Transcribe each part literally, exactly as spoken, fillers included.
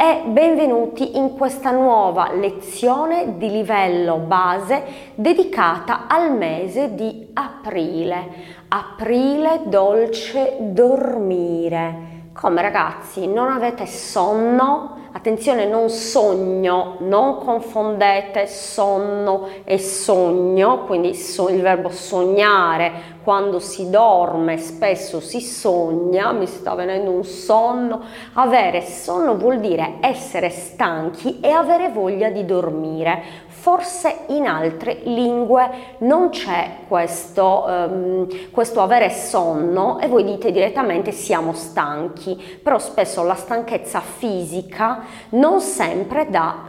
e benvenuti in questa nuova lezione di livello base dedicata al mese di aprile. Aprile dolce dormire. Come ragazzi, non avete sonno? Attenzione, non sogno, non confondete sonno e sogno, quindi so, il verbo sognare, quando si dorme spesso si sogna, mi sta venendo un sonno. Avere sonno vuol dire essere stanchi e avere voglia di dormire. Forse in altre lingue non c'è questo, um, questo avere sonno e voi dite direttamente siamo stanchi, però spesso la stanchezza fisica non sempre dà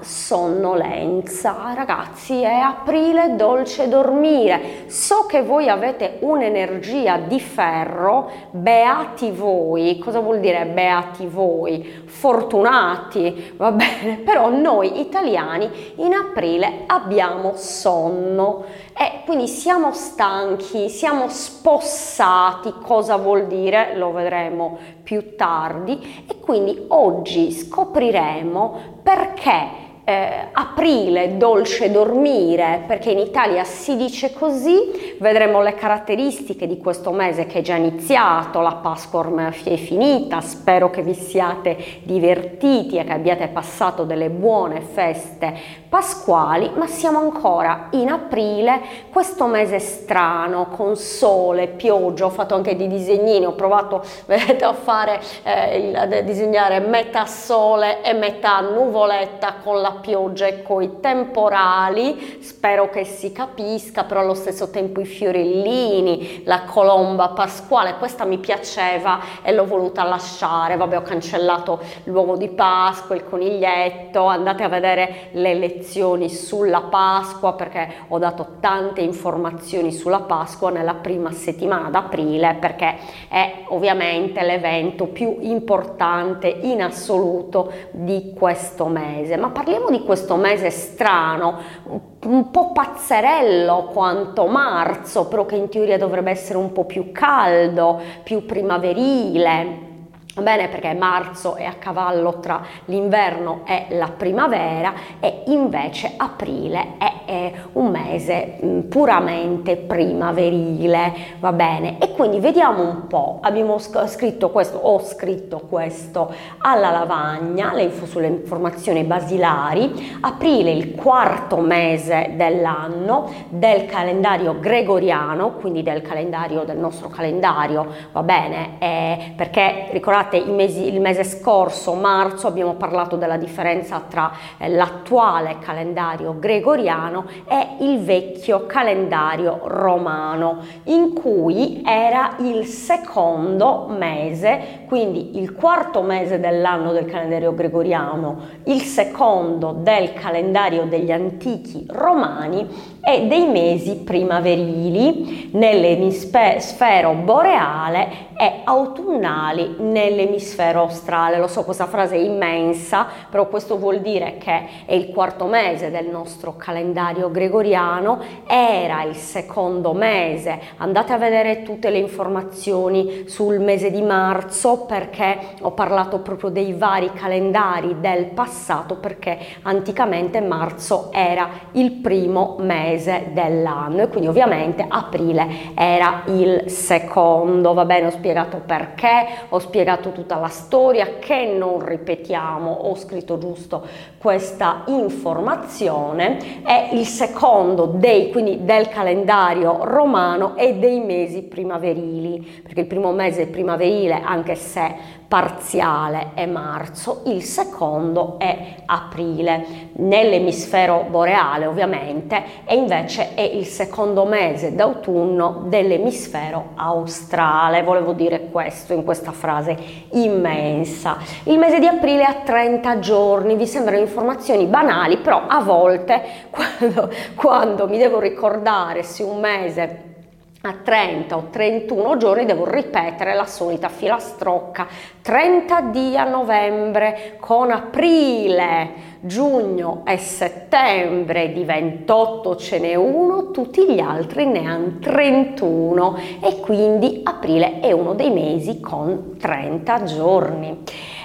sonnolenza. Ragazzi, è aprile dolce dormire. So che voi avete un'energia di ferro, beati voi. Cosa vuol dire beati voi? Fortunati, va bene, però noi italiani in aprile abbiamo sonno e quindi siamo stanchi, siamo spossati. Cosa vuol dire? Lo vedremo più tardi e quindi oggi scopriremo perché Eh, aprile dolce dormire, perché in Italia si dice così. Vedremo le caratteristiche di questo mese che è già iniziato, la Pasqua ormai è finita, spero che vi siate divertiti e che abbiate passato delle buone feste pasquali, ma siamo ancora in aprile, questo mese strano con sole, pioggia. Ho fatto anche dei disegnini, ho provato vedete, a fare eh, a disegnare metà sole e metà nuvoletta con la pioggia e coi temporali, spero che si capisca, però allo stesso tempo i fiorellini, la colomba pasquale, questa mi piaceva e l'ho voluta lasciare. Vabbè, ho cancellato l'uovo di Pasqua, il coniglietto, andate a vedere le lezioni sulla Pasqua perché ho dato tante informazioni sulla Pasqua nella prima settimana d'aprile, perché è ovviamente l'evento più importante in assoluto di questo mese. Ma parliamo di questo mese strano, un po' pazzerello quanto marzo, però che in teoria dovrebbe essere un po' più caldo, più primaverile. Bene, perché marzo è a cavallo tra l'inverno e la primavera e invece aprile è, è un mese puramente primaverile, va bene? E quindi vediamo un po', abbiamo scritto questo, ho scritto questo alla lavagna, le info sulle informazioni basilari. Aprile, il quarto mese dell'anno del calendario gregoriano, quindi del calendario del nostro calendario, va bene? Eh, perché ricordate, I mesi, il mese scorso, marzo, abbiamo parlato della differenza tra eh, l'attuale calendario gregoriano e il vecchio calendario romano, in cui era il secondo mese, quindi il quarto mese dell'anno del calendario gregoriano, il secondo del calendario degli antichi romani e dei mesi primaverili nell'emisfero boreale e autunnali nell'emisfero australe. Lo so, questa frase è immensa, però questo vuol dire che è il quarto mese del nostro calendario gregoriano, era il secondo mese. Andate a vedere tutte le informazioni sul mese di marzo, perché ho parlato proprio dei vari calendari del passato, perché anticamente marzo era il primo mese dell'anno e quindi ovviamente aprile era il secondo. Va bene, ho spiegato perché, ho spiegato tutta la storia che non ripetiamo, ho scritto giusto questa informazione. È il secondo dei, quindi del calendario romano e dei mesi primaverili, perché il primo mese primaverile, anche se parziale, è marzo, il secondo è aprile nell'emisfero boreale ovviamente, e invece è il secondo mese d'autunno dell'emisfero australe. Volevo dire questo in questa frase immensa. Il mese di aprile ha trenta giorni, vi sembrano informazioni banali, però a volte quando, quando mi devo ricordare se un mese a trenta o trentuno giorni devo ripetere la solita filastrocca: trenta di a novembre con aprile, giugno e settembre, di ventotto ce n'è uno, tutti gli altri ne hanno trentuno e quindi aprile è uno dei mesi con trenta giorni.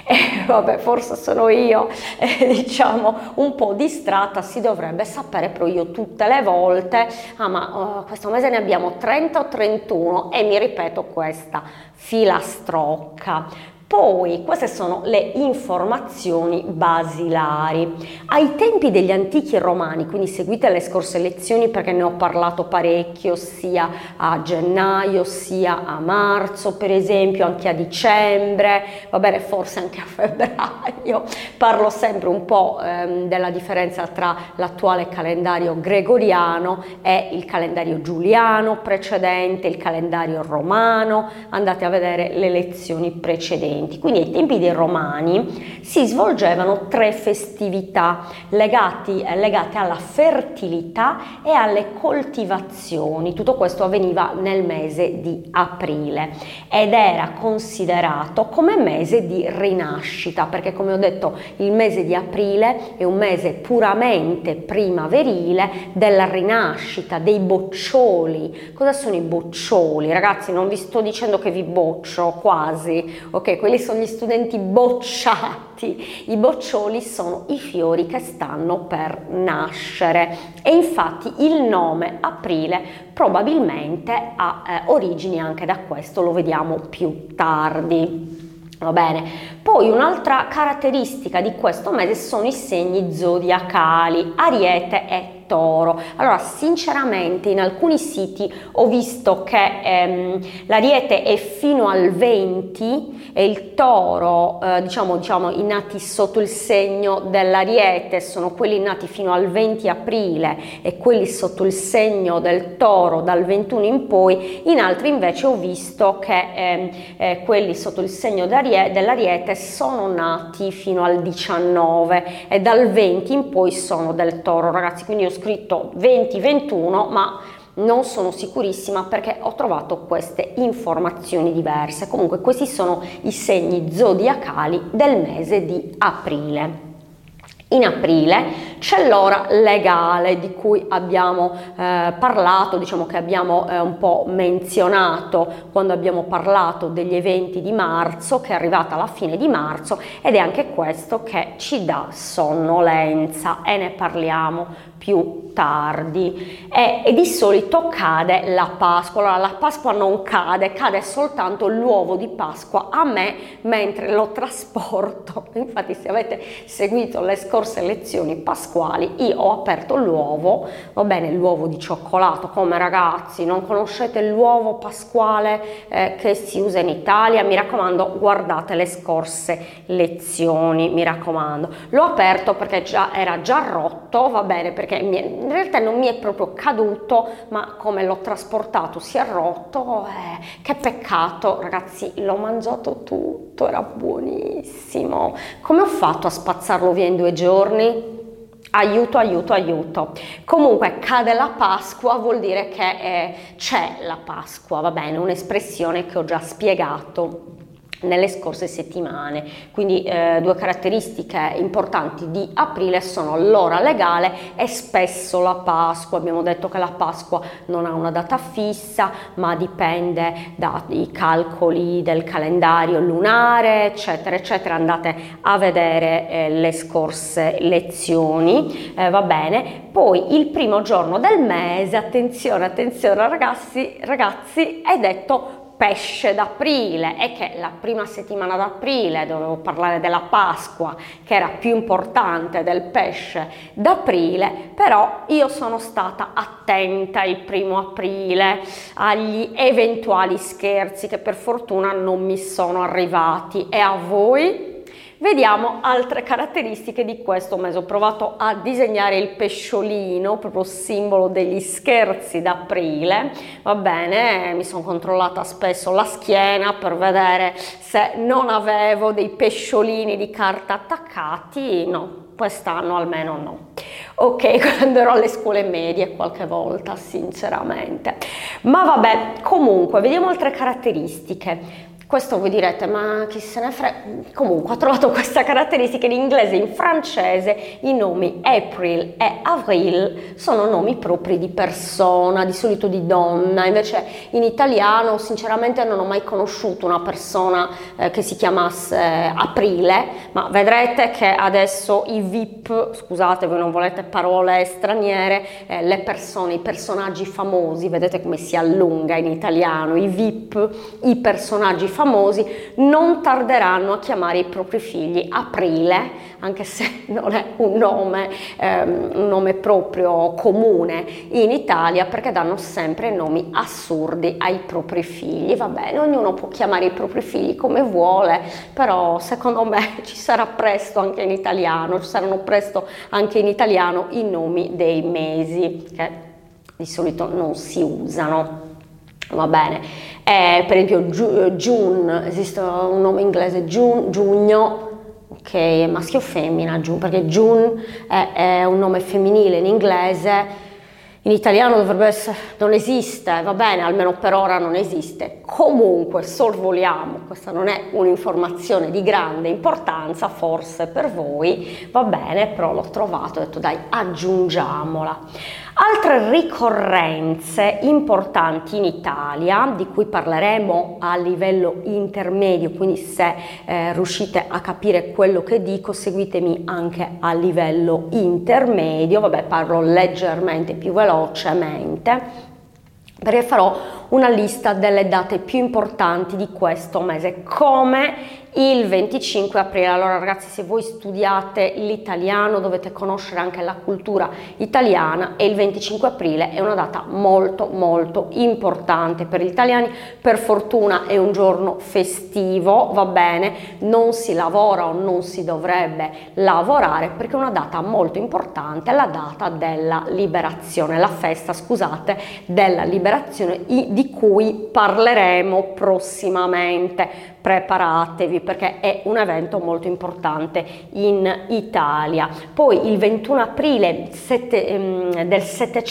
E vabbè, forse sono io, eh, diciamo, un po' distratta, si dovrebbe sapere, però io tutte le volte, ah ma oh, questo mese ne abbiamo trenta o trentuno e mi ripeto questa filastrocca. Poi queste sono le informazioni basilari. Ai tempi degli antichi romani, quindi seguite le scorse lezioni perché ne ho parlato parecchio, sia a gennaio sia a marzo, per esempio, anche a dicembre, va bene, forse anche a febbraio. Parlo sempre un po' ehm, della differenza tra l'attuale calendario gregoriano e il calendario giuliano precedente, il calendario romano. Andate a vedere le lezioni precedenti. Quindi ai tempi dei Romani si svolgevano tre festività legati, eh, legate alla fertilità e alle coltivazioni. Tutto questo avveniva nel mese di aprile ed era considerato come mese di rinascita, perché come ho detto il mese di aprile è un mese puramente primaverile della rinascita, dei boccioli. Cosa sono i boccioli? Ragazzi, non vi sto dicendo che vi boccio, quasi, ok? Quelli sono gli studenti bocciati. I boccioli sono i fiori che stanno per nascere e infatti il nome aprile probabilmente ha eh, origini anche da questo, lo vediamo più tardi. Va bene, poi un'altra caratteristica di questo mese sono i segni zodiacali, Ariete e Toro. Allora, sinceramente in alcuni siti ho visto che ehm, l'Ariete è fino al venti e il Toro, eh, diciamo, diciamo i nati sotto il segno dell'Ariete sono quelli nati fino al venti aprile e quelli sotto il segno del Toro dal ventuno in poi. In altri invece ho visto che ehm, eh, quelli sotto il segno dell'Ariete sono nati fino al diciannove e dal venti in poi sono del Toro, ragazzi, quindi ho scritto venti ventuno, ma non sono sicurissima perché ho trovato queste informazioni diverse. Comunque questi sono i segni zodiacali del mese di aprile. In aprile c'è l'ora legale di cui abbiamo eh, parlato, diciamo che abbiamo eh, un po' menzionato quando abbiamo parlato degli eventi di marzo, che è arrivata alla fine di marzo, ed è anche questo che ci dà sonnolenza e ne parliamo più tardi. E, e di solito cade la Pasqua. Allora, la Pasqua non cade, cade soltanto l'uovo di Pasqua a me mentre lo trasporto. Infatti, se avete seguito le scorse lezioni pasquali, io ho aperto l'uovo, va bene, l'uovo di cioccolato, come ragazzi, non conoscete l'uovo pasquale eh, che si usa in Italia? Mi raccomando, guardate le scorse lezioni, mi raccomando. L'ho aperto perché già era già rotto, va bene, perché mi è, in realtà non mi è proprio caduto, ma come l'ho trasportato si è rotto, eh, che peccato, ragazzi, l'ho mangiato tutto, era buonissimo. Come ho fatto a spazzarlo via in due giorni? Aiuto, aiuto, aiuto. Comunque cade la Pasqua, vuol dire che eh, c'è la Pasqua, va bene, un'espressione che ho già spiegato nelle scorse settimane. Quindi eh, due caratteristiche importanti di aprile sono l'ora legale e spesso la Pasqua. Abbiamo detto che la Pasqua non ha una data fissa, ma dipende dai calcoli del calendario lunare, eccetera, eccetera. Andate a vedere eh, le scorse lezioni, eh, va bene. Poi il primo giorno del mese, attenzione, attenzione ragazzi, ragazzi, è detto pesce d'aprile, e che la prima settimana d'aprile dovevo parlare della Pasqua, che era più importante del pesce d'aprile, però io sono stata attenta il primo aprile agli eventuali scherzi che per fortuna non mi sono arrivati. E a voi? Vediamo altre caratteristiche di questo mese. Ho provato a disegnare il pesciolino, proprio simbolo degli scherzi d'aprile, va bene, mi sono controllata spesso la schiena per vedere se non avevo dei pesciolini di carta attaccati. No, quest'anno almeno no. Ok, quando ero alle scuole medie qualche volta, sinceramente. Ma vabbè, comunque, vediamo altre caratteristiche. Questo voi direte, ma chi se ne frega? Comunque, ho trovato questa caratteristica in inglese e in francese. I nomi April e Avril sono nomi propri di persona, di solito di donna. Invece in italiano, sinceramente, non ho mai conosciuto una persona eh, che si chiamasse eh, Aprile, ma vedrete che adesso i V I P, scusate, voi non volete parole straniere, eh, le persone, i personaggi famosi, vedete come si allunga in italiano, i V I P, i personaggi famosi non tarderanno a chiamare i propri figli Aprile, anche se non è un nome, ehm, un nome proprio comune in Italia, perché danno sempre nomi assurdi ai propri figli. Va bene, ognuno può chiamare i propri figli come vuole, però secondo me ci sarà presto anche in italiano, ci saranno presto anche in italiano i nomi dei mesi, che di solito non si usano. Va bene, eh, per esempio June, esiste un nome inglese, June, giugno, ok, maschio o femmina, June, perché June è, è un nome femminile in inglese, in italiano dovrebbe essere, non esiste, va bene, almeno per ora non esiste. Comunque sorvoliamo, questa non è un'informazione di grande importanza, forse per voi, va bene, però l'ho trovato, ho detto dai, aggiungiamola. Altre ricorrenze importanti in Italia, di cui parleremo a livello intermedio, quindi se eh, riuscite a capire quello che dico, seguitemi anche a livello intermedio, vabbè, parlo leggermente più velocemente, perché farò una lista delle date più importanti di questo mese, come il venticinque aprile. Allora ragazzi, se voi studiate l'italiano dovete conoscere anche la cultura italiana, e il venticinque aprile è una data molto molto importante per gli italiani. Per fortuna è un giorno festivo, va bene, non si lavora o non si dovrebbe lavorare, perché è una data molto importante, la data della liberazione, la festa, scusate, della liberazione, di cui parleremo prossimamente. Preparatevi, perché è un evento molto importante in Italia. Poi il ventuno aprile del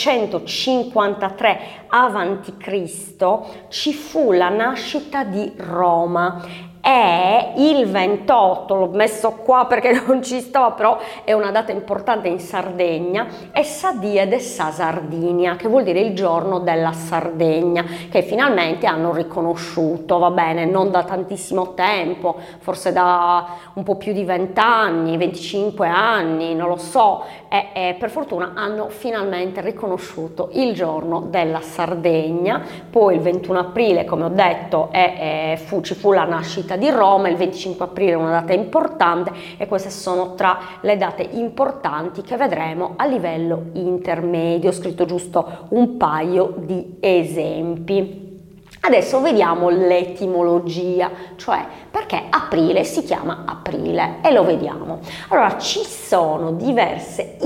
settecentocinquantatré avanti Cristo ci fu la nascita di Roma. E il ventotto, l'ho messo qua perché non ci stava, però è una data importante in Sardegna, è Sadie de sa Sardinia, che vuol dire il giorno della Sardegna, che finalmente hanno riconosciuto, va bene, non da tantissimo tempo, forse da un po' più di venti anni, venticinque anni, non lo so, e, e per fortuna hanno finalmente riconosciuto il giorno della Sardegna. Poi il ventuno aprile, come ho detto, è, è, fu, ci fu la nascita di Roma, il venticinque aprile è una data importante, e queste sono tra le date importanti che vedremo a livello intermedio. Ho scritto giusto un paio di esempi. Adesso vediamo l'etimologia, cioè perché aprile si chiama aprile, e lo vediamo. Allora, ci sono diverse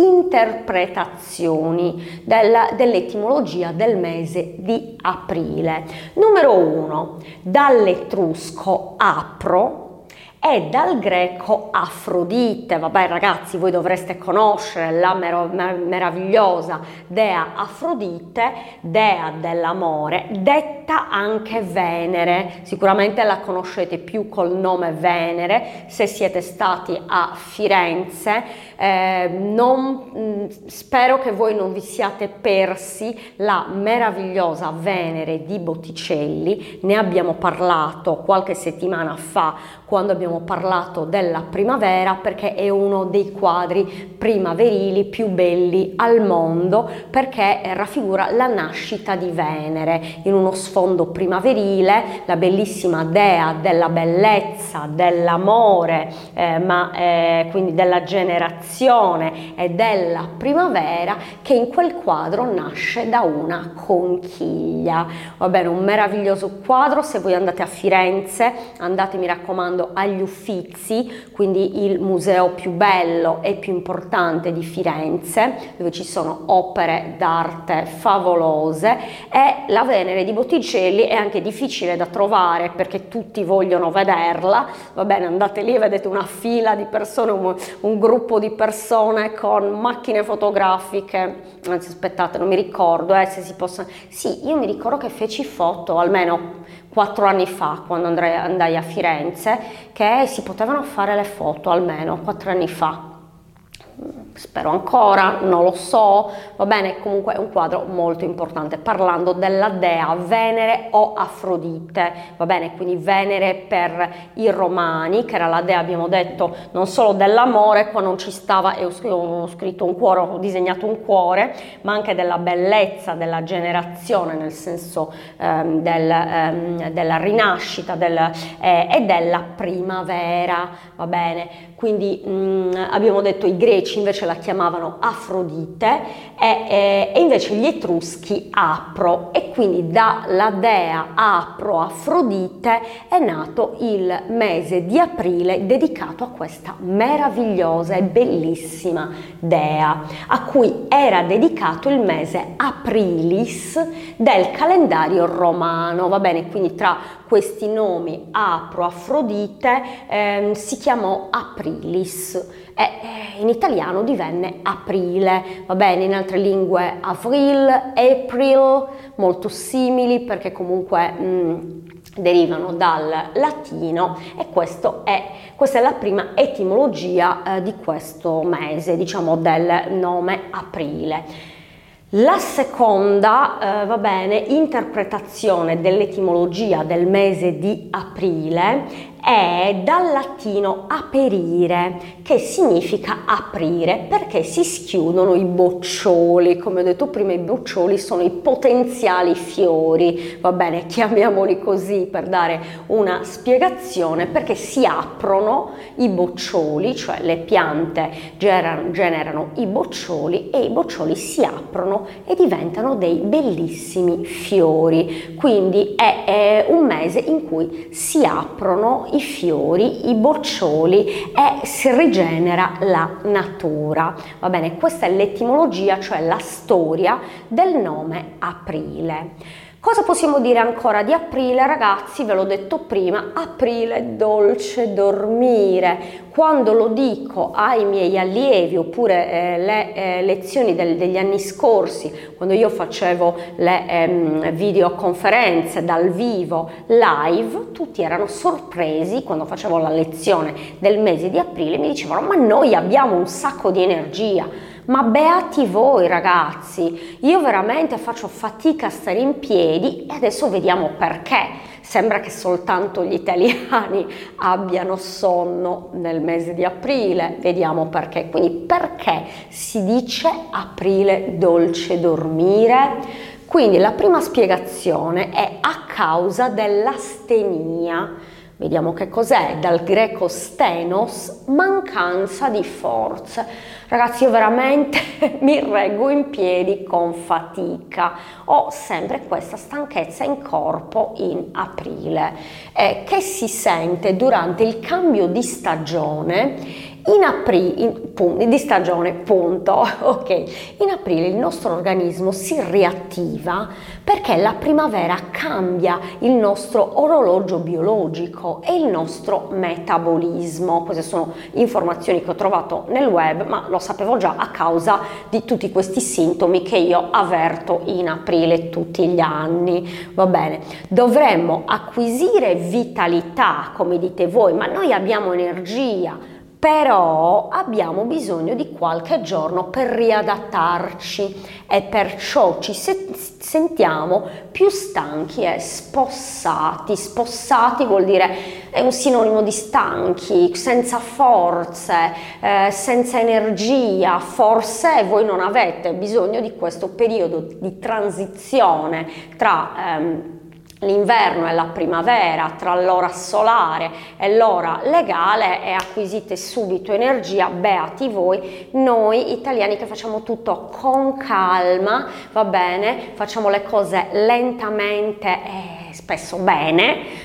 interpretazioni dell'etimologia del mese di aprile. Numero uno, dall'etrusco apro e dal greco Afrodite. Vabbè ragazzi, voi dovreste conoscere la mer meravigliosa dea Afrodite, dea dell'amore, detta anche Venere. Sicuramente la conoscete più col nome Venere se siete stati a Firenze. Eh, non, spero che voi non vi siate persi la meravigliosa Venere di Botticelli. Ne abbiamo parlato qualche settimana fa, quando abbiamo parlato della primavera, perché è uno dei quadri primaverili più belli al mondo, perché raffigura la nascita di Venere in uno sfondo primaverile, la bellissima dea della bellezza, dell'amore, eh, ma eh, quindi della generazione e della primavera, che in quel quadro nasce da una conchiglia. Va bene, un meraviglioso quadro. Se voi andate a Firenze, andate, mi raccomando, agli Uffizi, quindi il museo più bello e più importante di Firenze, dove ci sono opere d'arte favolose, e la Venere di Botticelli è anche difficile da trovare perché tutti vogliono vederla. Va bene, andate lì e vedete una fila di persone, un, un gruppo di persone con macchine fotografiche, anzi aspettate, non mi ricordo eh, se si possono, sì, io mi ricordo che feci foto almeno quattro anni fa, quando andrai, andai a Firenze, che si potevano fare le foto almeno quattro anni fa. Spero ancora, non lo so, va bene, comunque è un quadro molto importante, parlando della dea Venere o Afrodite, va bene, quindi Venere per i romani, che era la dea, abbiamo detto, non solo dell'amore, qua non ci stava, e ho scritto un cuore, ho disegnato un cuore, ma anche della bellezza, della generazione, nel senso ehm, del, ehm, della rinascita del, eh, e della primavera, va bene, quindi mh, abbiamo detto i greci invece la chiamavano Afrodite e, e, e invece gli etruschi Apro, e quindi dalla dea Apro Afrodite è nato il mese di aprile dedicato a questa meravigliosa e bellissima dea, a cui era dedicato il mese Aprilis del calendario romano, va bene, quindi tra questi nomi Apro, Afrodite ehm, si chiamò Aprilis e eh, in italiano divenne aprile, va bene, in altre lingue Avril, April, molto simili perché comunque mh, derivano dal latino, e questo è, questa è la prima etimologia eh, di questo mese, diciamo del nome aprile. La seconda, eh, va bene, interpretazione dell'etimologia del mese di aprile è dal latino aperire, che significa aprire, perché si schiudono i boccioli. Come ho detto prima, i boccioli sono i potenziali fiori, va bene, chiamiamoli così per dare una spiegazione, perché si aprono i boccioli, cioè le piante generano, generano i boccioli e i boccioli si aprono e diventano dei bellissimi fiori. Quindi è, è un mese in cui si aprono i fiori, i boccioli e si rigenera la natura. Va bene, questa è l'etimologia, cioè la storia del nome aprile. Cosa possiamo dire ancora di aprile, ragazzi? Ve l'ho detto prima, aprile è dolce dormire. Quando lo dico ai miei allievi, oppure eh, le eh, lezioni del, degli anni scorsi, quando io facevo le ehm, videoconferenze dal vivo live, tutti erano sorpresi quando facevo la lezione del mese di aprile, mi dicevano: ma noi abbiamo un sacco di energia. Ma beati voi ragazzi, io veramente faccio fatica a stare in piedi e adesso vediamo perché. Sembra che soltanto gli italiani abbiano sonno nel mese di aprile, vediamo perché. Quindi perché si dice aprile dolce dormire? Quindi la prima spiegazione è a causa dell'astenia. Vediamo che cos'è, dal greco stenos, mancanza di forze. Ragazzi, io veramente mi reggo in piedi con fatica, ho sempre questa stanchezza in corpo in aprile, eh, che si sente durante il cambio di stagione. In aprile, di stagione, punto, ok, in aprile il nostro organismo si riattiva perché la primavera cambia il nostro orologio biologico e il nostro metabolismo. Queste sono informazioni che ho trovato nel web, ma lo sapevo già a causa di tutti questi sintomi che io avverto in aprile tutti gli anni. Va bene, dovremmo acquisire vitalità, come dite voi, ma noi abbiamo energia. Però abbiamo bisogno di qualche giorno per riadattarci e perciò ci se- sentiamo più stanchi e spossati. Spossati vuol dire, è un sinonimo di stanchi, senza forze, eh, senza energia. Forse voi non avete bisogno di questo periodo di transizione tra ehm, l'inverno e la primavera, tra l'ora solare e l'ora legale, e acquisite subito energia. Beati voi, noi italiani che facciamo tutto con calma, va bene, facciamo le cose lentamente e spesso bene,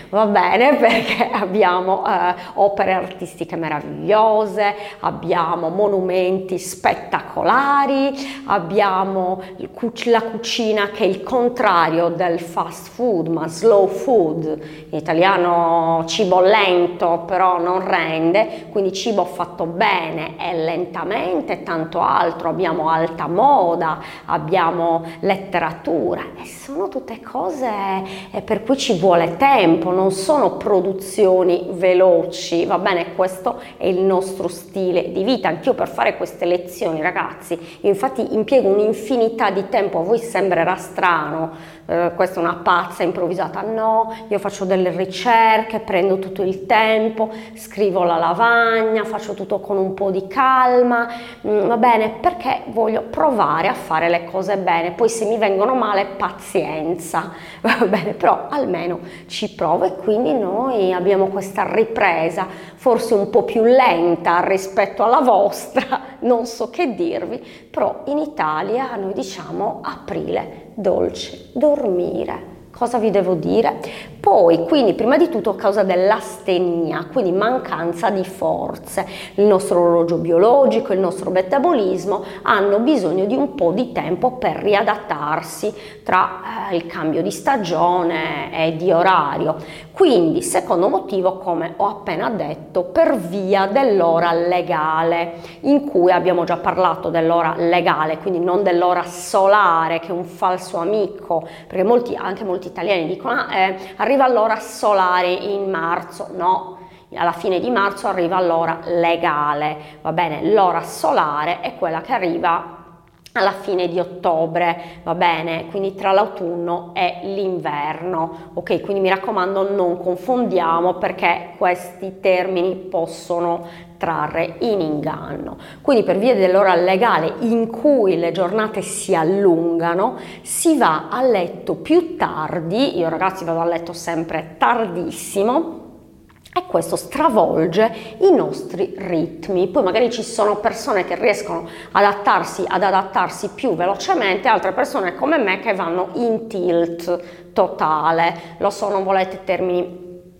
va bene, perché abbiamo eh, opere artistiche meravigliose, abbiamo monumenti spettacolari, abbiamo la cucina che è il contrario del fast food, ma slow food, in italiano cibo lento però non rende, quindi cibo fatto bene e lentamente, e tanto altro. Abbiamo alta moda, abbiamo letteratura, e sono tutte cose per cui ci vuole tempo, non sono produzioni veloci, va bene? Questo è il nostro stile di vita. Anch'io per fare queste lezioni, ragazzi, io infatti impiego un'infinità di tempo. A voi sembrerà strano, eh, questa è una pazza improvvisata. No, io faccio delle ricerche, prendo tutto il tempo, scrivo la lavagna, faccio tutto con un po' di calma, mm, va bene, perché voglio provare a fare le cose bene. Poi se mi vengono male, pazienza, va bene, però almeno ci provo, e quindi noi abbiamo questa ripresa forse un po' più lenta rispetto alla vostra, non so che dirvi, però in Italia noi diciamo aprile, dolce, dormire. Cosa vi devo dire? Poi, quindi, prima di tutto a causa dell'astenia, quindi mancanza di forze, il nostro orologio biologico, il nostro metabolismo hanno bisogno di un po' di tempo per riadattarsi tra eh, il cambio di stagione e di orario. Quindi, secondo motivo, come ho appena detto, per via dell'ora legale, in cui abbiamo già parlato dell'ora legale, quindi non dell'ora solare, che è un falso amico, perché molti, anche molti italiani dicono ah, eh, arriva l'ora solare in marzo. No, alla fine di marzo arriva l'ora legale, va bene? L'ora solare è quella che arriva alla fine di ottobre, va bene? Quindi tra l'autunno e l'inverno, ok? Quindi mi raccomando, non confondiamo, perché questi termini possono trarre in inganno. Quindi per via dell'ora legale, in cui le giornate si allungano, si va a letto più tardi. Io, ragazzi, vado a letto sempre tardissimo, e questo stravolge i nostri ritmi. Poi magari ci sono persone che riescono ad adattarsi, ad adattarsi più velocemente, altre persone come me che vanno in tilt totale. Lo so, non volete termini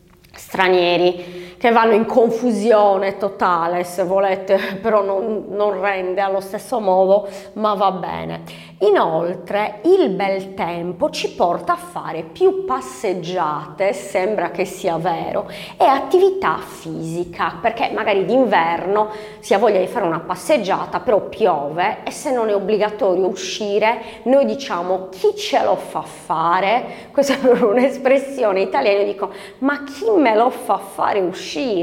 stranieri, che vanno in confusione totale, se volete, però non, non rende allo stesso modo, ma va bene. Inoltre il bel tempo ci porta a fare più passeggiate, sembra che sia vero, e attività fisica, perché magari d'inverno si ha voglia di fare una passeggiata, però piove, e se non è obbligatorio uscire, noi diciamo chi ce lo fa fare? Questa è proprio un'espressione italiana. Io dico, ma chi me lo fa fare uscire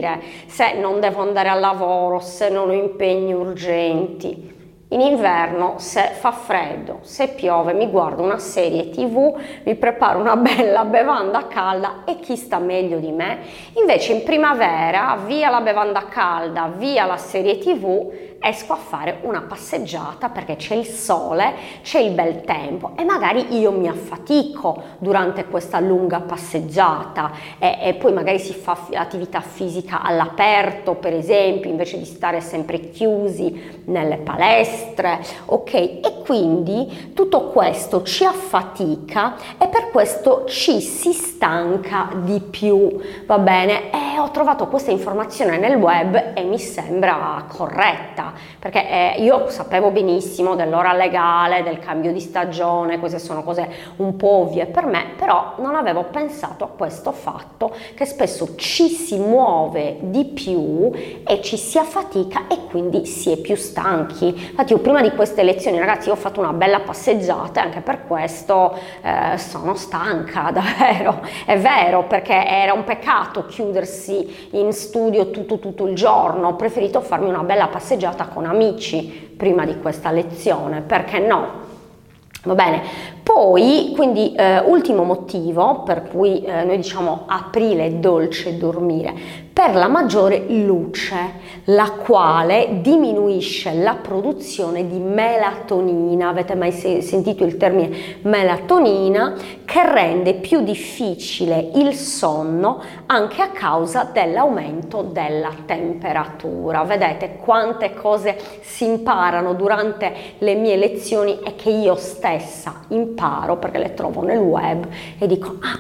se non devo andare al lavoro, se non ho impegni urgenti? In inverno, se fa freddo, se piove, mi guardo una serie tivù, mi preparo una bella bevanda calda, e chi sta meglio di me? Invece in primavera, via la bevanda calda, via la serie tivù, esco a fare una passeggiata perché c'è il sole, c'è il bel tempo, e magari io mi affatico durante questa lunga passeggiata, e, e poi magari si fa attività fisica all'aperto, per esempio, invece di stare sempre chiusi nelle palestre, ok? E quindi tutto questo ci affatica, e per questo ci si stanca di più, va bene? E ho trovato questa informazione nel web e mi sembra corretta, perché eh, io sapevo benissimo dell'ora legale, del cambio di stagione, queste sono cose un po' ovvie per me, però non avevo pensato a questo fatto che spesso ci si muove di più e ci si affatica, e quindi si è più stanchi. Infatti io prima di queste lezioni, ragazzi, ho fatto una bella passeggiata, e anche per questo eh, sono stanca, davvero, è vero, perché era un peccato chiudersi in studio tutto tutto il giorno. Ho preferito farmi una bella passeggiata con amici prima di questa lezione, perché no? Va bene, poi quindi eh, ultimo motivo per cui eh, noi diciamo aprile è dolce dormire, per la maggiore luce, la quale diminuisce la produzione di melatonina. Avete mai se- sentito il termine melatonina? Che rende più difficile il sonno anche a causa dell'aumento della temperatura. Vedete quante cose si imparano durante le mie lezioni, e che io stessa imparo perché le trovo nel web e dico ah ecco,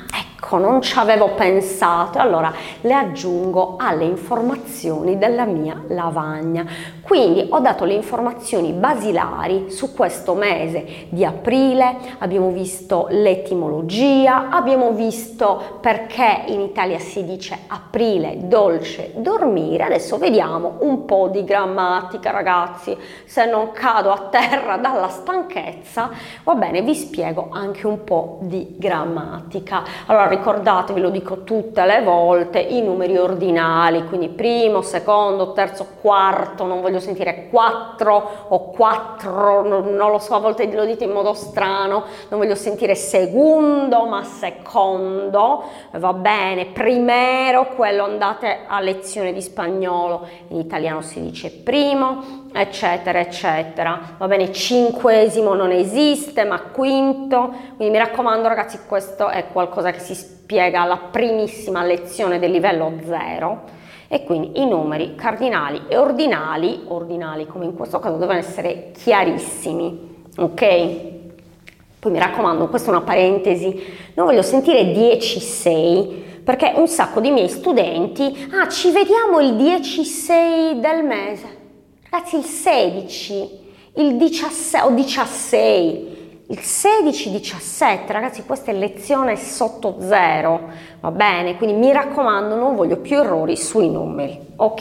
ecco, non ci avevo pensato, allora le aggiungo alle informazioni della mia lavagna. Quindi ho dato le informazioni basilari su questo mese di aprile, abbiamo visto l'etimologia, abbiamo visto perché in Italia si dice aprile dolce dormire. Adesso vediamo un po' di grammatica, ragazzi, se non cado a terra dalla stanchezza, va bene, vi spiego anche un po' di grammatica. Allora ricordatevi, lo dico tutte le volte, i numeri ordinali, quindi primo, secondo, terzo, quarto, non voglio sentire quattro o quattro, non, non lo so, a volte lo dite in modo strano, non voglio sentire secondo ma secondo, va bene, primero, quello andate a lezione di spagnolo, in italiano si dice primo, eccetera eccetera, va bene, cinquesimo non esiste ma quinto, quindi mi raccomando ragazzi, questo è qualcosa che si spiega alla primissima lezione del livello zero. E quindi i numeri cardinali e ordinali, ordinali come in questo caso, devono essere chiarissimi, ok? Poi mi raccomando, questa è una parentesi, non voglio sentire dieci sei, perché un sacco di miei studenti, ah ci vediamo il dieci sei del mese, ragazzi il sedici, il diciassette o diciassei, il sedici diciassette, ragazzi questa è lezione sotto zero, va bene? Quindi mi raccomando, non voglio più errori sui numeri,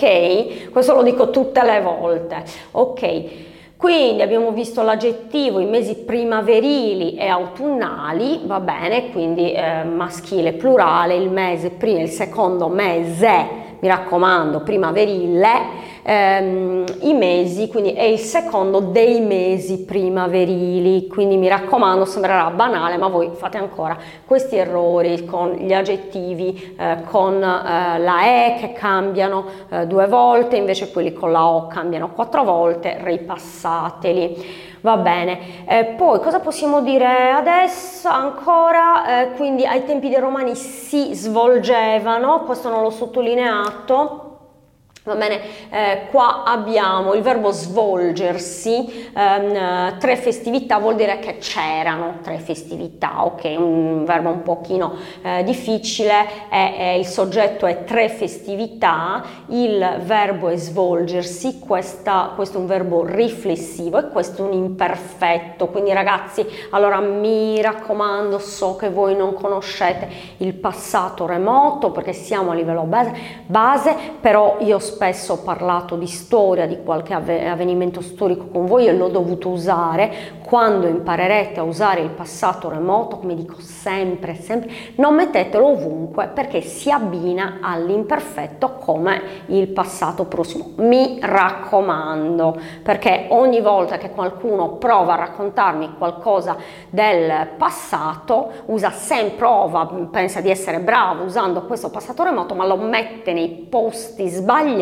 ok? Questo lo dico tutte le volte, ok? Quindi abbiamo visto l'aggettivo, i mesi primaverili e autunnali, va bene? Quindi eh, maschile plurale, il mese prima, il secondo mese, mi raccomando, primaverile, ehm, i mesi, quindi è il secondo dei mesi primaverili, quindi mi raccomando, sembrerà banale, ma voi fate ancora questi errori con gli aggettivi, eh, con eh, la E che cambiano eh, due volte, invece quelli con la O cambiano quattro volte, ripassateli. Va bene, eh, poi cosa possiamo dire adesso ancora? Eh, quindi ai tempi dei Romani si svolgevano, questo non l'ho sottolineato. Va bene, eh, qua abbiamo il verbo svolgersi, ehm, tre festività vuol dire che c'erano tre festività, ok, un verbo un pochino eh, difficile, è, è, il soggetto è tre festività, il verbo è svolgersi, questa, questo è un verbo riflessivo e questo è un imperfetto, quindi ragazzi, allora mi raccomando, so che voi non conoscete il passato remoto perché siamo a livello base, base però io spesso ho parlato di storia, di qualche avvenimento storico con voi e l'ho dovuto usare. Quando imparerete a usare il passato remoto, come dico sempre, sempre, non mettetelo ovunque perché si abbina all'imperfetto come il passato prossimo. Mi raccomando, perché ogni volta che qualcuno prova a raccontarmi qualcosa del passato, usa sempre, prova, pensa di essere bravo usando questo passato remoto, ma lo mette nei posti sbagliati,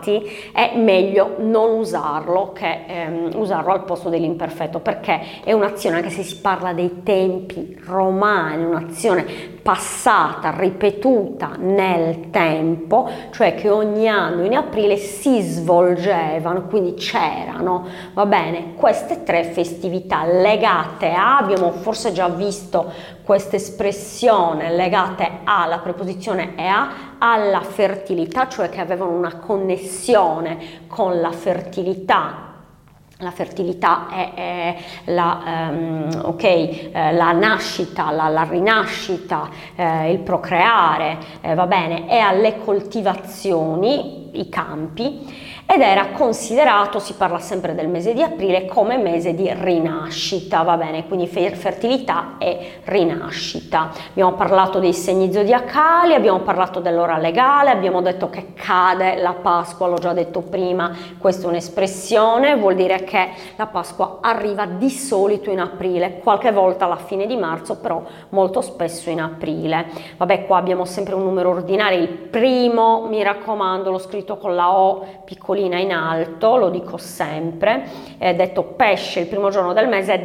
è meglio non usarlo che ehm, usarlo al posto dell'imperfetto, perché è un'azione, anche se si parla dei tempi romani, un'azione passata, ripetuta nel tempo, cioè che ogni anno in aprile si svolgevano, quindi c'erano, va bene, queste tre festività legate a, abbiamo forse già visto questa espressione legate alla preposizione e a, alla fertilità, cioè che avevano una connessione con la fertilità. La fertilità è, è la, um, okay, eh, la nascita, la, la rinascita, eh, il procreare, eh, va bene, e alle coltivazioni, i campi, ed era considerato, si parla sempre del mese di aprile, come mese di rinascita, va bene, quindi fertilità e rinascita. Abbiamo parlato dei segni zodiacali, abbiamo parlato dell'ora legale, abbiamo detto che cade la Pasqua, l'ho già detto prima, questa è un'espressione, vuol dire che la Pasqua arriva di solito in aprile, qualche volta alla fine di marzo, però molto spesso in aprile. Vabbè, qua abbiamo sempre un numero ordinario, il primo, mi raccomando, l'ho scritto con la O piccolina in alto, lo dico sempre, è detto pesce, il primo giorno del mese è detto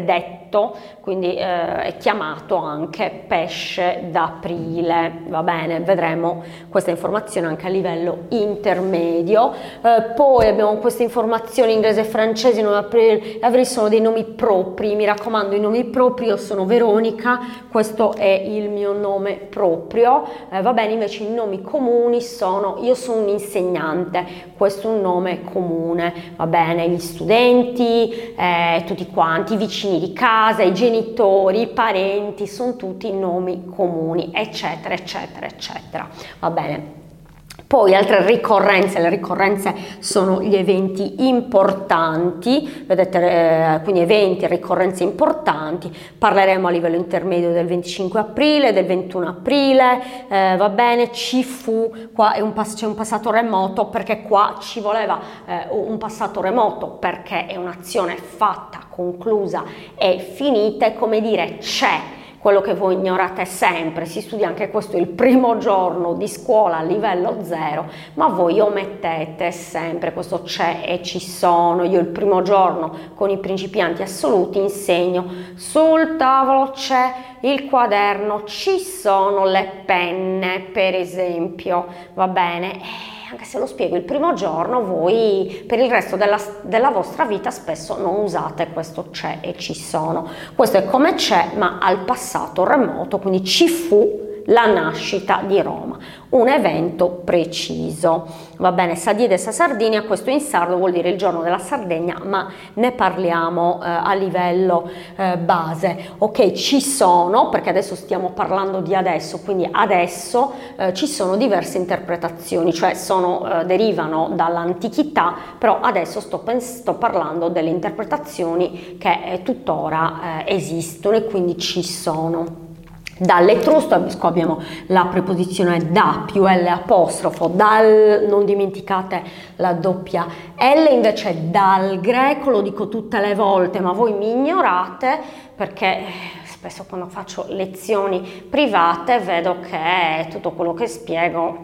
detto, quindi eh, è chiamato anche pesce d'aprile, va bene, vedremo questa informazione anche a livello intermedio. Eh, poi abbiamo queste informazioni inglese e francese, nomi aprile, avril sono dei nomi propri, mi raccomando i nomi propri, io sono Veronica, questo è il mio nome proprio, eh, va bene, invece i nomi comuni sono, io sono un insegnante, questo è un nome comune, va bene, gli studenti, eh, tutti quanti, i vicini di casa, i genitori, i parenti, sono tutti nomi comuni, eccetera, eccetera, eccetera, va bene. Poi altre ricorrenze, le ricorrenze sono gli eventi importanti, vedete, eh, quindi eventi e ricorrenze importanti, parleremo a livello intermedio del venticinque aprile, del ventuno aprile, eh, va bene, ci fu, qua è un c'è un passato remoto perché qua ci voleva eh, un passato remoto perché è un'azione fatta, conclusa e finita, è come dire c'è. Quello che voi ignorate sempre, si studia anche questo il primo giorno di scuola a livello zero, ma voi omettete sempre questo c'è e ci sono. Io il primo giorno con i principianti assoluti insegno sul tavolo c'è il quaderno, ci sono le penne per esempio, va bene? Anche se lo spiego il primo giorno, voi per il resto della, della vostra vita spesso non usate questo c'è e ci sono. Questo è come c'è, ma al passato remoto, quindi ci fu la nascita di Roma, un evento preciso, va bene, sa diede sa Sardinia, questo in sardo vuol dire il giorno della Sardegna, ma ne parliamo eh, a livello eh, base. Ok, ci sono, perché adesso stiamo parlando di adesso, quindi adesso eh, ci sono diverse interpretazioni, cioè sono, eh, derivano dall'antichità, però adesso sto, sto parlando delle interpretazioni che eh, tuttora eh, esistono e quindi ci sono. Dall'etrusco abbiamo la preposizione da più L apostrofo, dal, non dimenticate la doppia L, invece dal greco, lo dico tutte le volte ma voi mi ignorate perché spesso quando faccio lezioni private vedo che tutto quello che spiego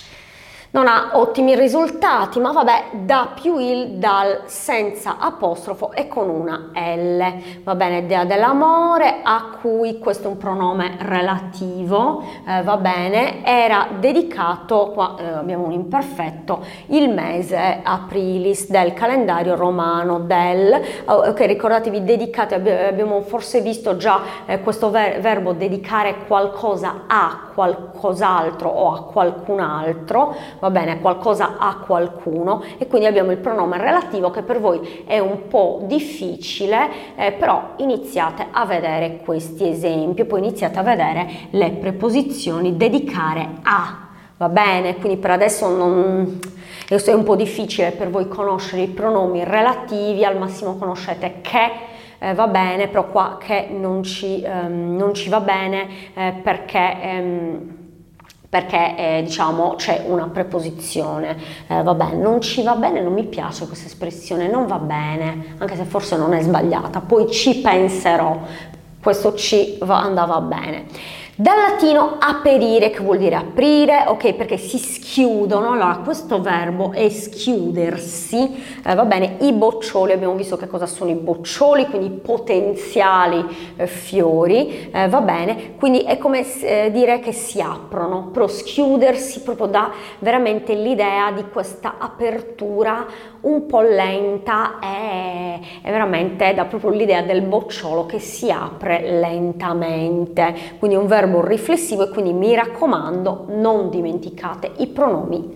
non ha ottimi risultati, ma vabbè, da più il, dal, senza apostrofo e con una L, va bene, dea dell'amore, a cui questo è un pronome relativo, eh, va bene, era dedicato, qua eh, abbiamo un imperfetto, il mese aprilis del calendario romano del, ok, ricordatevi, dedicate, abbiamo forse visto già eh, questo ver verbo dedicare qualcosa a qualcos'altro o a qualcun altro, va bene, qualcosa a qualcuno, e quindi abbiamo il pronome relativo che per voi è un po' difficile, eh, però iniziate a vedere questi esempi, poi iniziate a vedere le preposizioni dedicare a, va bene, quindi per adesso non è un po' difficile per voi conoscere i pronomi relativi, al massimo conoscete che, Eh, va bene, però qua che non ci, ehm, non ci va bene eh, perché, ehm, perché eh, diciamo c'è una preposizione, eh, va bene, non ci va bene, non mi piace questa espressione, non va bene, anche se forse non è sbagliata, poi ci penserò, questo ci va, andava bene. Dal latino aperire, che vuol dire aprire, ok, perché si schiudono, allora questo verbo è schiudersi, eh, va bene, i boccioli, abbiamo visto che cosa sono i boccioli, quindi potenziali eh, fiori, eh, va bene, quindi è come eh, dire che si aprono, però schiudersi proprio dà veramente l'idea di questa apertura un po' lenta, è, è veramente dà proprio l'idea del bocciolo che si apre lentamente, quindi è un verbo riflessivo e quindi mi raccomando non dimenticate i pronomi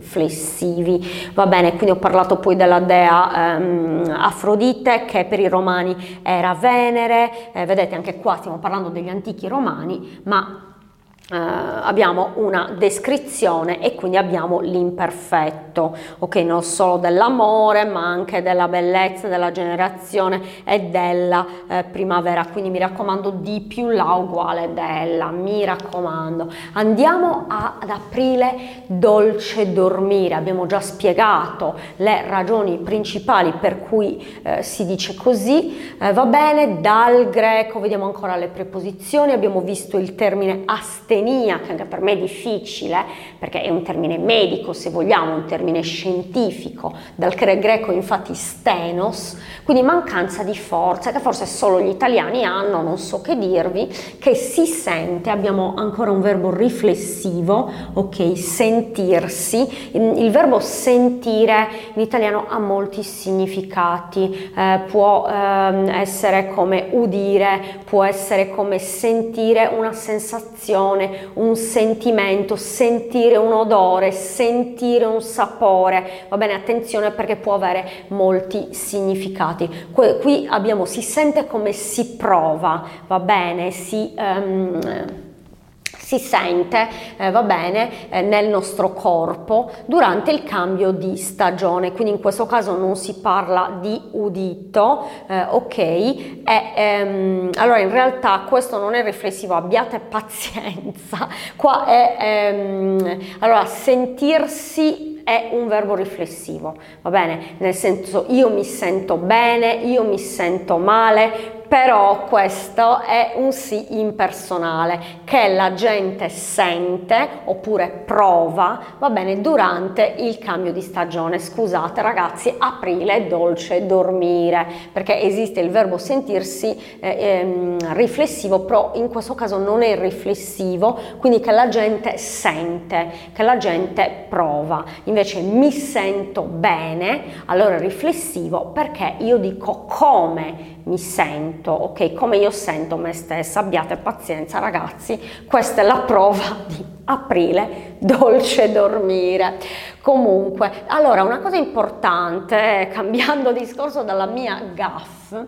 riflessivi, va bene, quindi ho parlato poi della dea ehm, Afrodite che per i romani era Venere, eh, vedete anche qua stiamo parlando degli antichi romani, ma Uh, abbiamo una descrizione e quindi abbiamo l'imperfetto, ok, non solo dell'amore ma anche della bellezza, della generazione e della eh, primavera, quindi mi raccomando di più la uguale della, mi raccomando. Andiamo a, ad aprile, dolce dormire, abbiamo già spiegato le ragioni principali per cui eh, si dice così, eh, va bene, dal greco vediamo ancora le preposizioni, abbiamo visto il termine astenere, astenia, che anche per me è difficile, perché è un termine medico, se vogliamo, un termine scientifico, dal greco infatti stenos, quindi mancanza di forza, che forse solo gli italiani hanno, non so che dirvi, che si sente, abbiamo ancora un verbo riflessivo, ok, sentirsi, il verbo sentire in italiano ha molti significati, eh, può eh, essere come udire, può essere come sentire una sensazione, un sentimento, sentire un odore, sentire un sapore, va bene, attenzione perché può avere molti significati. Qui, qui abbiamo si sente come si prova, va bene, si... Um, si sente, eh, va bene, eh, nel nostro corpo durante il cambio di stagione, quindi in questo caso non si parla di udito, eh, ok, e, ehm, allora in realtà questo non è riflessivo, abbiate pazienza, qua è, ehm, allora sentirsi è un verbo riflessivo, va bene, nel senso io mi sento bene, io mi sento male, però questo è un sì impersonale che la gente sente oppure prova, va bene, durante il cambio di stagione. Scusate ragazzi, aprile è dolce dormire, perché esiste il verbo sentirsi eh, ehm, riflessivo, però in questo caso non è riflessivo, quindi che la gente sente, che la gente prova. Invece mi sento bene, allora è riflessivo perché io dico come mi sento, ok, come io sento me stessa. Abbiate pazienza ragazzi, questa è la prova di aprile dolce dormire. Comunque, allora una cosa importante, cambiando discorso dalla mia gaffe,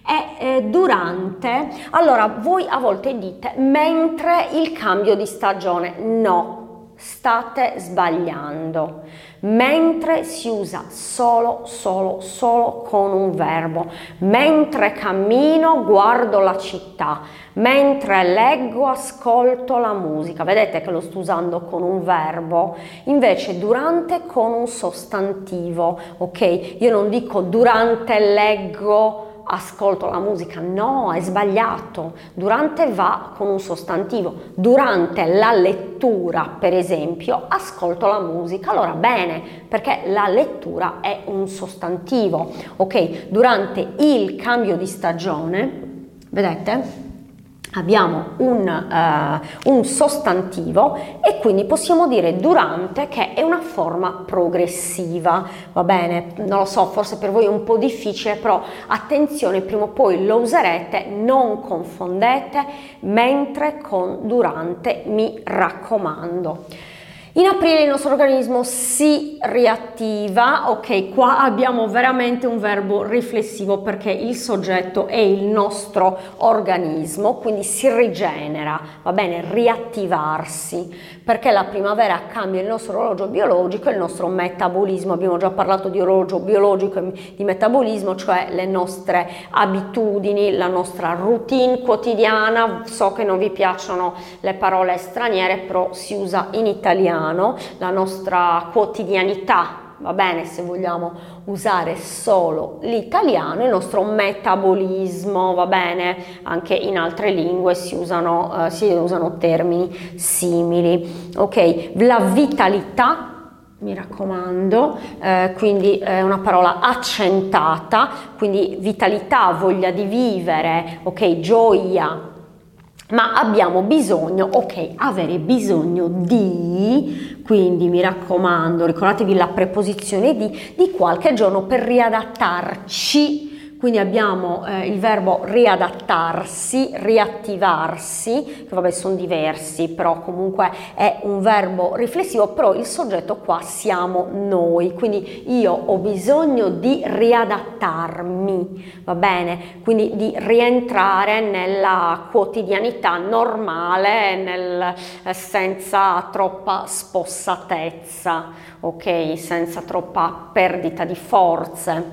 è eh, durante, allora voi a volte dite mentre il cambio di stagione, no, state sbagliando. Mentre si usa solo, solo, solo con un verbo. Mentre cammino guardo la città, mentre leggo ascolto la musica. Vedete che lo sto usando con un verbo, invece durante con un sostantivo, ok? Io non dico durante leggo ascolto la musica, no, è sbagliato. Durante va con un sostantivo. Durante la lettura, per esempio, ascolto la musica. Allora bene, perché la lettura è un sostantivo, ok? Durante il cambio di stagione, vedete? Abbiamo un, uh, un sostantivo e quindi possiamo dire durante, che è una forma progressiva, va bene? Non lo so, forse per voi è un po' difficile, però attenzione, prima o poi lo userete, non confondete mentre con durante, mi raccomando. In aprile il nostro organismo si riattiva, ok, qua abbiamo veramente un verbo riflessivo perché il soggetto è il nostro organismo, quindi si rigenera, va bene, riattivarsi, perché la primavera cambia il nostro orologio biologico e il nostro metabolismo. Abbiamo già parlato di orologio biologico e di metabolismo, cioè le nostre abitudini, la nostra routine quotidiana. So che non vi piacciono le parole straniere, però si usa in italiano. La nostra quotidianità, va bene, se vogliamo usare solo l'italiano, il nostro metabolismo, va bene, anche in altre lingue si usano, eh, si usano termini simili, ok, la vitalità, mi raccomando, eh, quindi è una parola accentata, quindi vitalità, voglia di vivere, ok, gioia. Ma abbiamo bisogno, ok, avere bisogno di, quindi mi raccomando, ricordatevi la preposizione di, di qualche giorno per riadattarci. Quindi abbiamo eh, il verbo riadattarsi, riattivarsi, che vabbè sono diversi, però comunque è un verbo riflessivo, però il soggetto qua siamo noi, quindi io ho bisogno di riadattarmi, va bene? Quindi di rientrare nella quotidianità normale, nel, eh, senza troppa spossatezza, ok? Senza troppa perdita di forze.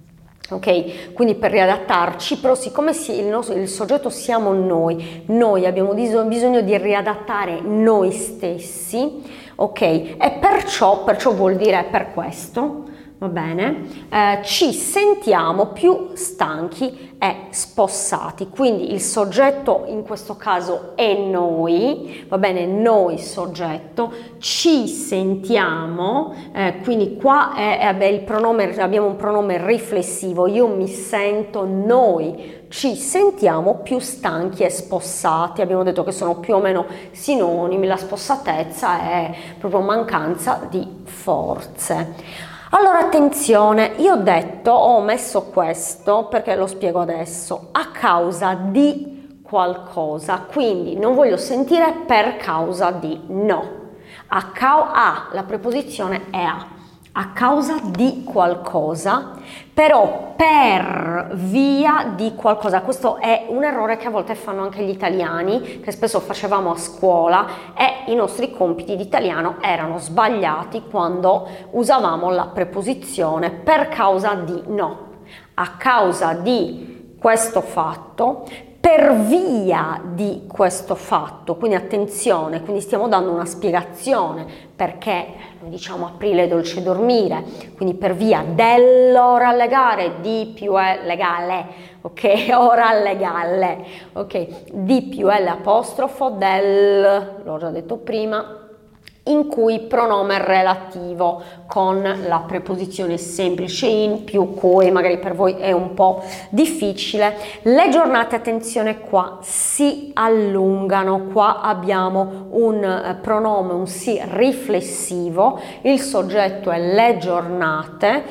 Ok, quindi per riadattarci, però siccome il, nostro, il soggetto siamo noi, noi abbiamo bisogno di riadattare noi stessi, ok, e perciò, perciò vuol dire per questo, va bene, eh, ci sentiamo più stanchi e spossati, quindi il soggetto in questo caso è noi, va bene, noi soggetto, ci sentiamo, eh, quindi qua è, è, beh, il pronome, abbiamo un pronome riflessivo, io mi sento, noi ci sentiamo più stanchi e spossati, abbiamo detto che sono più o meno sinonimi, la spossatezza è proprio mancanza di forze. Allora attenzione, io ho detto, ho messo questo perché lo spiego adesso, a causa di qualcosa, quindi non voglio sentire per causa di, no, a, cau- a la preposizione è a, a causa di qualcosa, però per via di qualcosa. Questo è un errore che a volte fanno anche gli italiani, che spesso facevamo a scuola, e i nostri compiti di italiano erano sbagliati quando usavamo la preposizione per causa di, no, a causa di questo fatto, per via di questo fatto, quindi attenzione, quindi stiamo dando una spiegazione perché noi diciamo aprile dolce dormire, quindi per via dell'ora legale, di più è legale, ok, ora legale, ok, di più è l'apostrofo del, l'ho già detto prima, in cui pronome relativo con la preposizione semplice in più cui, magari per voi è un po' difficile. Le giornate, attenzione qua, si allungano, qua abbiamo un eh, pronome, un si riflessivo, il soggetto è le giornate,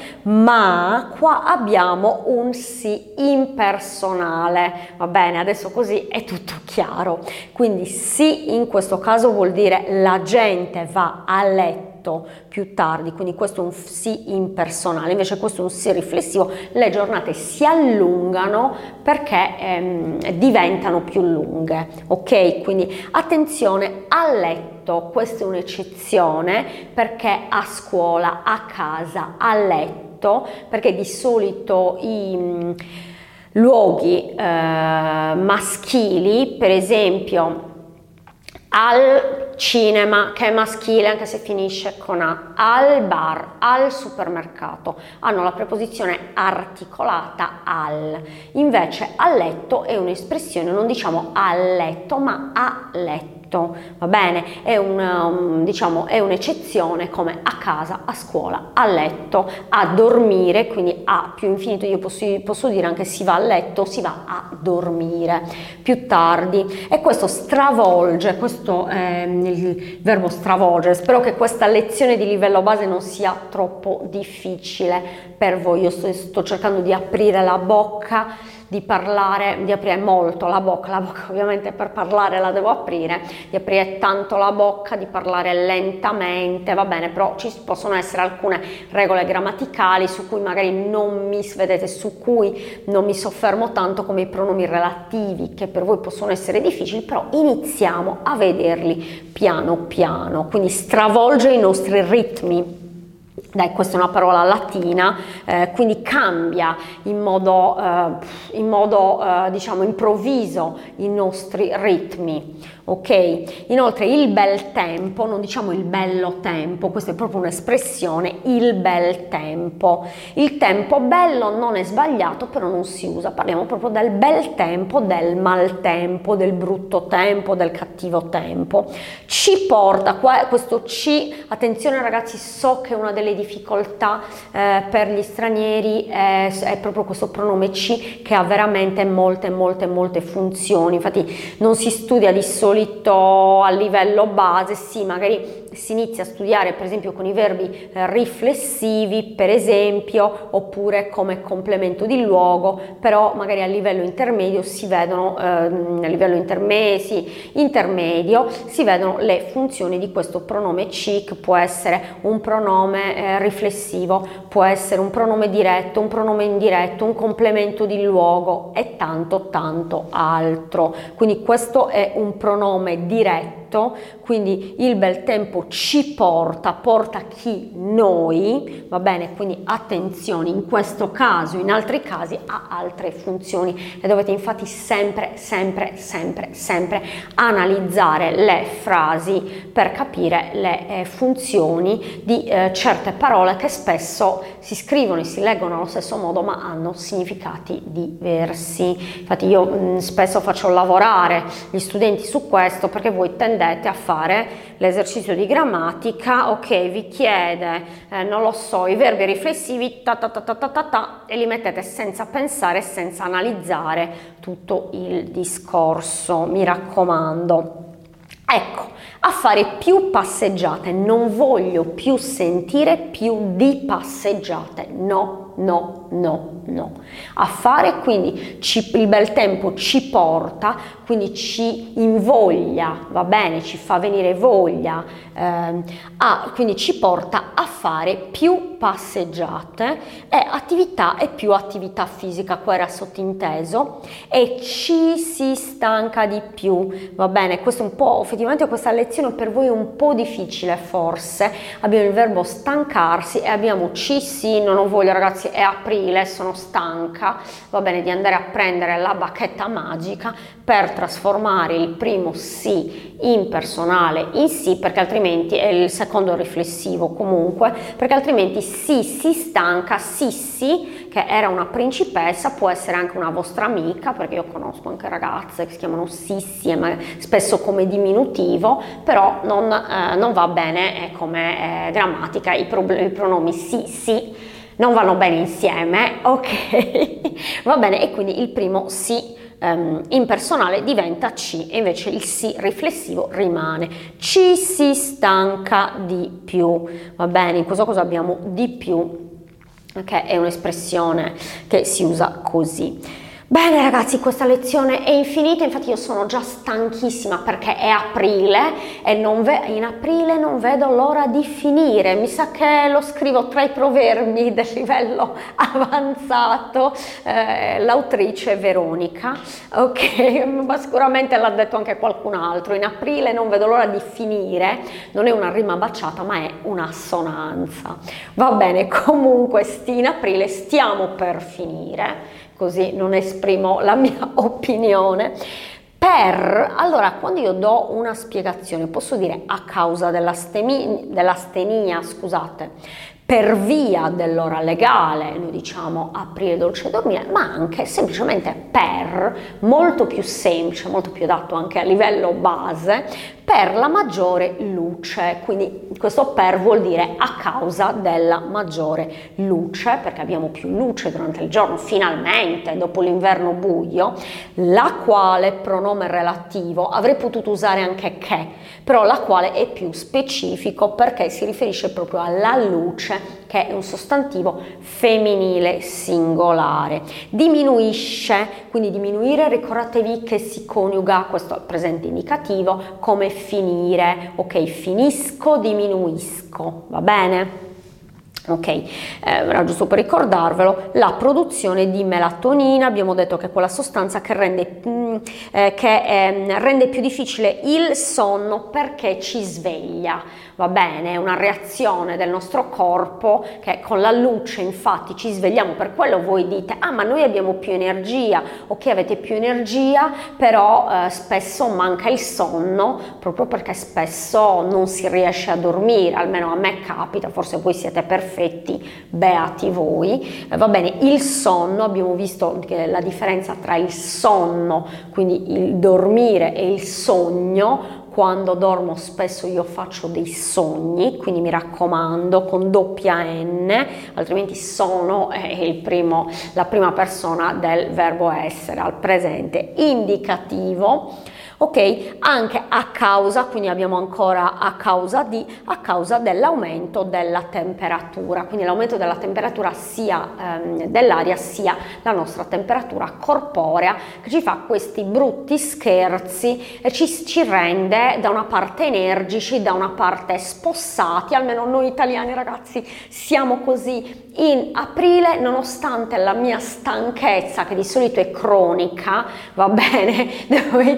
ma qua abbiamo un si impersonale, va bene, adesso così è tutto chiaro, quindi si in questo caso vuol dire la gente va a letto più tardi, quindi questo è un sì impersonale, invece questo è un sì riflessivo, le giornate si allungano perché ehm, diventano più lunghe, ok? Quindi attenzione, a letto, questa è un'eccezione perché a scuola, a casa, a letto, perché di solito i mh, luoghi eh, maschili, per esempio al cinema, che è maschile anche se finisce con A, al bar, al supermercato, hanno la preposizione articolata al, invece a letto è un'espressione, non diciamo a letto ma a letto, va bene, è un, diciamo, è un'eccezione come a casa, a scuola, a letto, a dormire, quindi a più infinito, io posso, posso dire anche si va a letto, si va a dormire più tardi, e questo stravolge, questo è il verbo stravolgere. Spero che questa lezione di livello base non sia troppo difficile per voi, io sto, sto cercando di aprire la bocca, di parlare, di aprire molto la bocca, la bocca ovviamente per parlare la devo aprire, di aprire tanto la bocca, di parlare lentamente, va bene, però ci possono essere alcune regole grammaticali su cui magari non mi, vedete, su cui non mi soffermo tanto, come i pronomi relativi, che per voi possono essere difficili, però iniziamo a vederli piano piano, quindi stravolge i nostri ritmi. Dai, questa è una parola latina, eh, quindi cambia in modo, eh, in modo eh, diciamo improvviso i nostri ritmi, ok? Inoltre il bel tempo, non diciamo il bello tempo, questa è proprio un'espressione, il bel tempo. Il tempo bello non è sbagliato, però non si usa, parliamo proprio del bel tempo, del mal tempo, del brutto tempo, del cattivo tempo. Ci porta, qua questo ci, attenzione ragazzi, so che una delle difficoltà eh, per gli stranieri è, è proprio questo pronome ci, che ha veramente molte molte molte funzioni, infatti non si studia di solito a livello base, sì, magari si inizia a studiare per esempio con i verbi eh, riflessivi, per esempio, oppure come complemento di luogo, però magari a livello intermedio si vedono, eh, a livello interme- sì, intermedio si vedono le funzioni di questo pronome ci, che può essere un pronome eh, riflessivo, può essere un pronome diretto, un pronome indiretto, un complemento di luogo e tanto tanto altro. Quindi questo è un pronome diretto diretto, quindi il bel tempo ci porta, porta chi? Noi, va bene? Quindi attenzione, in questo caso, in altri casi ha altre funzioni e dovete infatti sempre, sempre, sempre, sempre analizzare le frasi per capire le eh, funzioni di eh, certe parole che spesso si scrivono e si leggono allo stesso modo ma hanno significati diversi. Infatti io mh, spesso faccio lavorare gli studenti su questo perché voi tendete a fare l'esercizio di grammatica, ok, vi chiede, eh, non lo so, i verbi riflessivi, ta ta ta ta ta ta ta, e li mettete senza pensare, senza analizzare tutto il discorso, mi raccomando. Ecco, a fare più passeggiate, non voglio più sentire più di passeggiate, no, no, no, no. A fare quindi ci, il bel tempo ci porta, quindi ci invoglia, va bene, ci fa venire voglia, eh, a, quindi ci porta a fare più passeggiate e attività e più attività fisica, qua era sottinteso, e ci si stanca di più, va bene, questo è un po', effettivamente questa lezione per voi è un po' difficile forse, abbiamo il verbo stancarsi e abbiamo ci sì, non ho voglia ragazzi, è aprile, sono stanca, va bene, di andare a prendere la bacchetta magica per trasformare il primo sì in personale in sì, perché altrimenti è il secondo riflessivo comunque, perché altrimenti sì si stanca, sì sì, che era una principessa, può essere anche una vostra amica, perché io conosco anche ragazze che si chiamano Sissi, ma spesso come diminutivo, però non, eh, non va bene eh, come eh, grammatica, i, pro i pronomi sì sì non vanno bene insieme, ok? Va bene, e quindi il primo sì um, impersonale diventa ci e invece il sì riflessivo rimane. Ci si stanca di più, va bene? In questo caso abbiamo di più, che è un'espressione che si usa così. Bene ragazzi, questa lezione è infinita, infatti io sono già stanchissima perché è aprile e non in aprile non vedo l'ora di finire, mi sa che lo scrivo tra i proverbi del livello avanzato, eh, l'autrice Veronica, ok, ma sicuramente l'ha detto anche qualcun altro, in aprile non vedo l'ora di finire, non è una rima baciata ma è un'assonanza, va bene, comunque sti in aprile stiamo per finire, così non esprimo la mia opinione. Per, allora, quando io do una spiegazione, posso dire a causa dell'astenia, scusate, per via dell'ora legale, noi diciamo aprile dolce dormire, ma anche semplicemente per, molto più semplice, molto più adatto anche a livello base, per la maggiore luce, quindi questo per vuol dire a causa della maggiore luce, perché abbiamo più luce durante il giorno, finalmente, dopo l'inverno buio, la quale, pronome relativo, avrei potuto usare anche che, però la quale è più specifico perché si riferisce proprio alla luce, che è un sostantivo femminile singolare. Diminuisce, quindi diminuire, ricordatevi che si coniuga, questo al presente indicativo, come finire, ok, finisco, diminuisco, va bene? Ok, eh, era giusto per ricordarvelo, la produzione di melatonina, abbiamo detto che è quella sostanza che rende, mh, eh, che, eh, rende più difficile il sonno perché ci sveglia, va bene, è una reazione del nostro corpo che con la luce infatti ci svegliamo, per quello voi dite, ah ma noi abbiamo più energia, ok avete più energia, però eh, spesso manca il sonno, proprio perché spesso non si riesce a dormire, almeno a me capita, forse voi siete perfetti, beati voi, eh, va bene, il sonno, abbiamo visto che la differenza tra il sonno, quindi il dormire, e il sogno. Quando dormo spesso io faccio dei sogni, quindi mi raccomando con doppia N, altrimenti sono è il primo, la prima persona del verbo essere al presente indicativo. Ok, anche a causa, quindi abbiamo ancora a causa di, a causa dell'aumento della temperatura, quindi l'aumento della temperatura sia ehm, dell'aria sia la nostra temperatura corporea che ci fa questi brutti scherzi e ci, ci rende da una parte energici, da una parte spossati, almeno noi italiani ragazzi siamo così in aprile, nonostante la mia stanchezza che di solito è cronica, va bene, noi italiani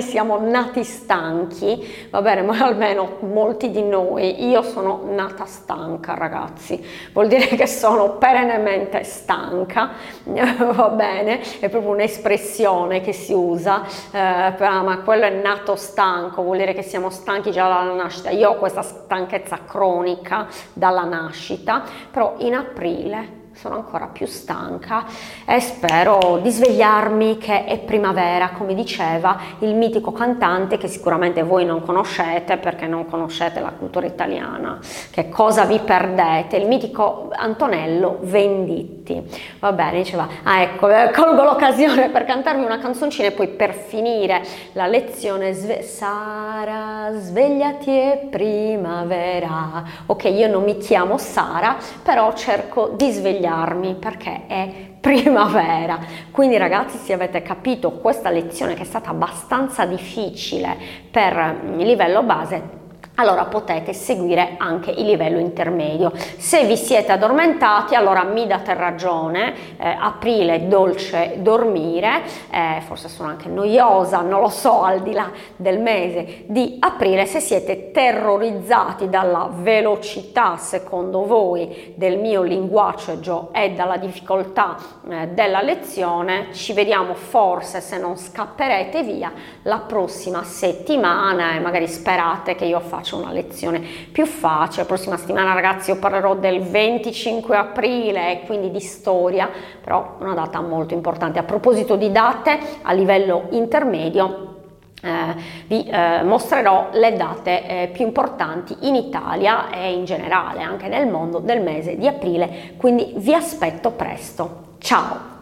noi siamo nati stanchi, va bene, ma almeno molti di noi, io sono nata stanca ragazzi, vuol dire che sono perennemente stanca, va bene, è proprio un'espressione che si usa, eh, ma quello è nato stanco, vuol dire che siamo stanchi già dalla nascita. Io ho questa stanchezza cronica dalla nascita, però in aprile sono ancora più stanca e spero di svegliarmi che è primavera, come diceva il mitico cantante che sicuramente voi non conoscete perché non conoscete la cultura italiana. Che cosa vi perdete? Il mitico Antonello Venditti. Va bene, diceva, ah ecco, colgo l'occasione per cantarvi una canzoncina e poi per finire la lezione sve- Sara, svegliati è primavera. Ok, io non mi chiamo Sara, però cerco di svegliarmi perché è primavera. Quindi ragazzi, se avete capito questa lezione che è stata abbastanza difficile per il livello base, allora potete seguire anche il livello intermedio. Se vi siete addormentati, allora mi date ragione, eh, aprile dolce dormire, eh, forse sono anche noiosa, non lo so, al di là del mese di aprile. Se siete terrorizzati dalla velocità, secondo voi, del mio linguaggio e dalla difficoltà eh, della lezione, ci vediamo forse, se non scapperete via, la prossima settimana e magari sperate che io faccia una lezione più facile. La prossima settimana ragazzi io parlerò del venticinque aprile e quindi di storia, però una data molto importante. A proposito di date a livello intermedio, eh, vi eh, mostrerò le date eh, più importanti in Italia e in generale anche nel mondo del mese di aprile, quindi vi aspetto presto. Ciao!